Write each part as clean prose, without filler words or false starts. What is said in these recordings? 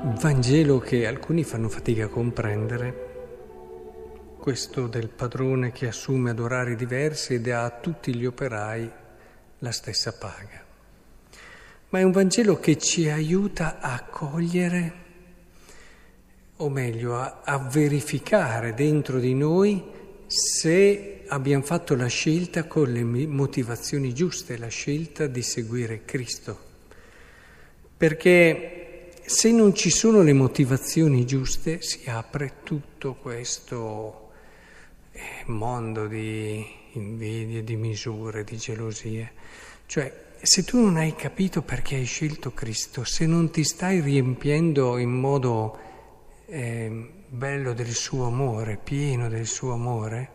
Vangelo che alcuni fanno fatica a comprendere, questo del padrone che assume ad orari diversi e dà a tutti gli operai la stessa paga. Ma è un Vangelo che ci aiuta a cogliere, o meglio, a verificare dentro di noi se abbiamo fatto la scelta con le motivazioni giuste, la scelta di seguire Cristo. Perché se non ci sono le motivazioni giuste si apre tutto questo mondo di invidie, di misure, di gelosie. Cioè, se tu non hai capito perché hai scelto Cristo, se non ti stai riempiendo in modo bello del suo amore, pieno del suo amore,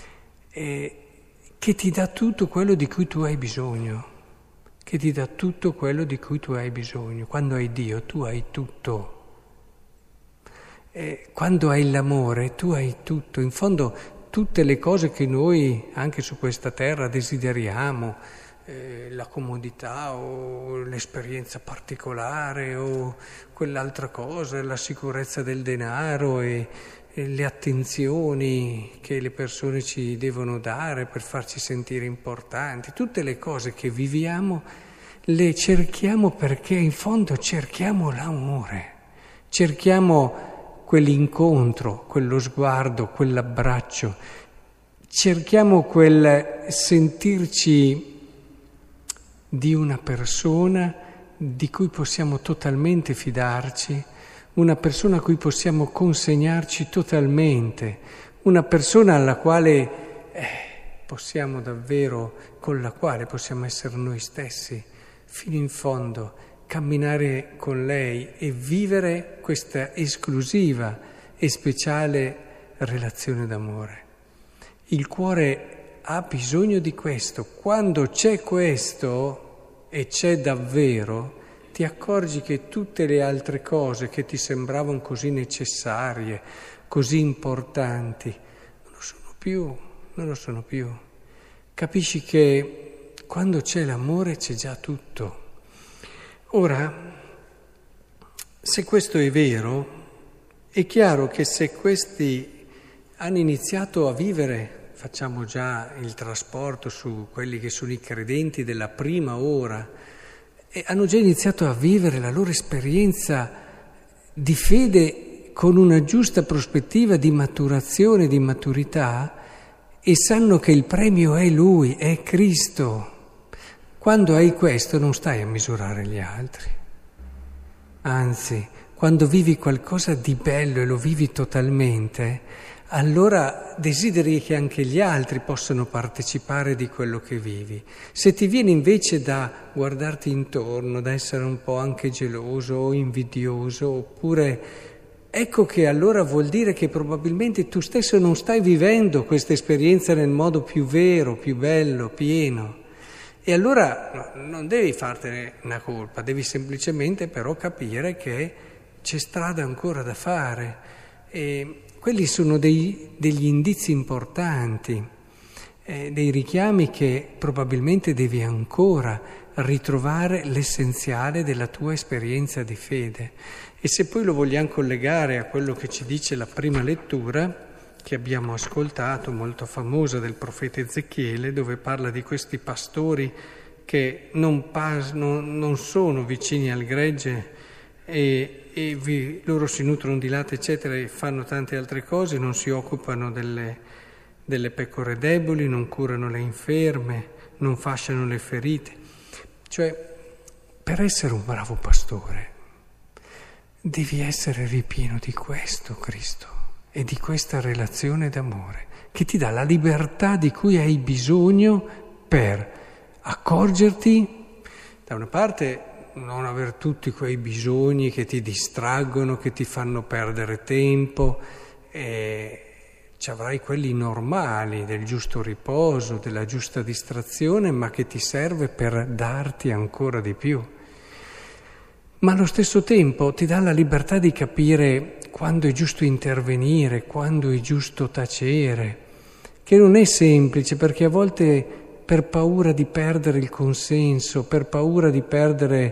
che ti dà tutto quello di cui tu hai bisogno, che ti dà tutto quello di cui tu hai bisogno. Quando hai Dio, tu hai tutto. Quando hai l'amore, tu hai tutto. In fondo, tutte le cose che noi, anche su questa terra, desideriamo, la comodità o l'esperienza particolare o quell'altra cosa, la sicurezza del denaro e le attenzioni che le persone ci devono dare per farci sentire importanti, tutte le cose che viviamo le cerchiamo perché in fondo cerchiamo l'amore, cerchiamo quell'incontro, quello sguardo, quell'abbraccio, cerchiamo quel sentirci di una persona di cui possiamo totalmente fidarci, una persona a cui possiamo consegnarci totalmente, una persona alla quale possiamo davvero, con la quale possiamo essere noi stessi fino in fondo, camminare con lei e vivere questa esclusiva e speciale relazione d'amore. Il cuore ha bisogno di questo. Quando c'è questo e c'è davvero, ti accorgi che tutte le altre cose che ti sembravano così necessarie, così importanti, non lo sono più. Capisci che quando c'è l'amore c'è già tutto. Ora, se questo è vero, è chiaro che se questi hanno iniziato a vivere, facciamo già il trasporto su quelli che sono i credenti della prima ora, e hanno già iniziato a vivere la loro esperienza di fede con una giusta prospettiva di maturazione, di maturità, e sanno che il premio è Lui, è Cristo. Quando hai questo non stai a misurare gli altri. Anzi, quando vivi qualcosa di bello e lo vivi totalmente, allora desideri che anche gli altri possano partecipare di quello che vivi. Se ti viene invece da guardarti intorno, da essere un po' anche geloso o invidioso, oppure ecco che allora vuol dire che probabilmente tu stesso non stai vivendo questa esperienza nel modo più vero, più bello, pieno. E allora non devi fartene una colpa, devi semplicemente però capire che c'è strada ancora da fare. E quelli sono degli indizi importanti, dei richiami che probabilmente devi ancora ritrovare l'essenziale della tua esperienza di fede. E se poi lo vogliamo collegare a quello che ci dice la prima lettura che abbiamo ascoltato, molto famosa, del profeta Ezechiele, dove parla di questi pastori che non sono vicini al gregge loro si nutrono di latte eccetera e fanno tante altre cose, non si occupano delle pecore deboli, non curano le inferme, non fasciano le ferite. Cioè, per essere un bravo pastore devi essere ripieno di questo Cristo e di questa relazione d'amore che ti dà la libertà di cui hai bisogno per accorgerti, da una parte, non aver tutti quei bisogni che ti distraggono, che ti fanno perdere tempo, ci avrai quelli normali del giusto riposo, della giusta distrazione, ma che ti serve per darti ancora di più. Ma allo stesso tempo ti dà la libertà di capire quando è giusto intervenire, quando è giusto tacere, che non è semplice perché a volte per paura di perdere il consenso, per paura di perdere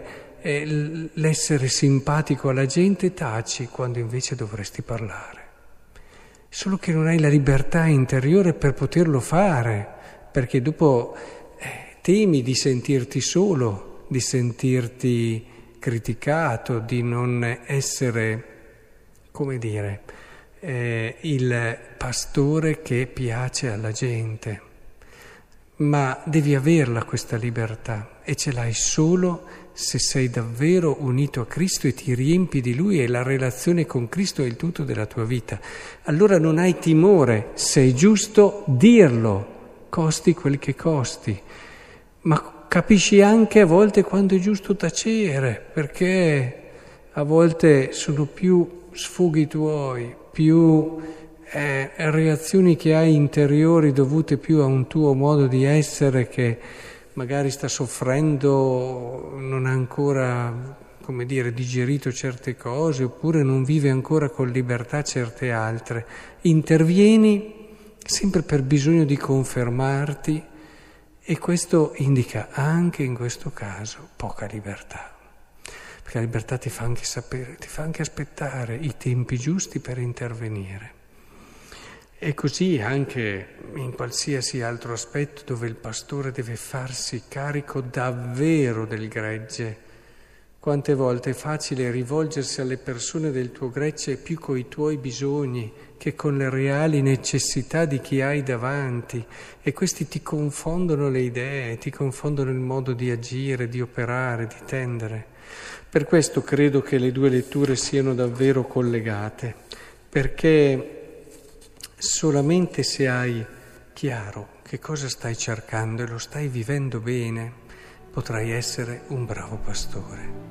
l'essere simpatico alla gente, taci quando invece dovresti parlare. Solo che non hai la libertà interiore per poterlo fare, perché dopo temi di sentirti solo, di sentirti criticato, di non essere, come dire, il pastore che piace alla gente. Ma devi averla questa libertà e ce l'hai solo se sei davvero unito a Cristo e ti riempi di Lui e la relazione con Cristo è il tutto della tua vita. Allora non hai timore, sei giusto dirlo, costi quel che costi, ma capisci anche a volte quando è giusto tacere, perché a volte sono più sfoghi tuoi, più reazioni che hai interiori dovute più a un tuo modo di essere che magari sta soffrendo, non ha ancora, come dire, digerito certe cose oppure non vive ancora con libertà certe altre. Intervieni sempre per bisogno di confermarti e questo indica anche in questo caso poca libertà. Perché la libertà ti fa anche sapere, ti fa anche aspettare i tempi giusti per intervenire. E così anche in qualsiasi altro aspetto dove il pastore deve farsi carico davvero del gregge. Quante volte è facile rivolgersi alle persone del tuo gregge più coi tuoi bisogni che con le reali necessità di chi hai davanti, e questi ti confondono le idee, ti confondono il modo di agire, di operare, di tendere. Per questo credo che le due letture siano davvero collegate, perché solamente se hai chiaro che cosa stai cercando e lo stai vivendo bene, potrai essere un bravo pastore.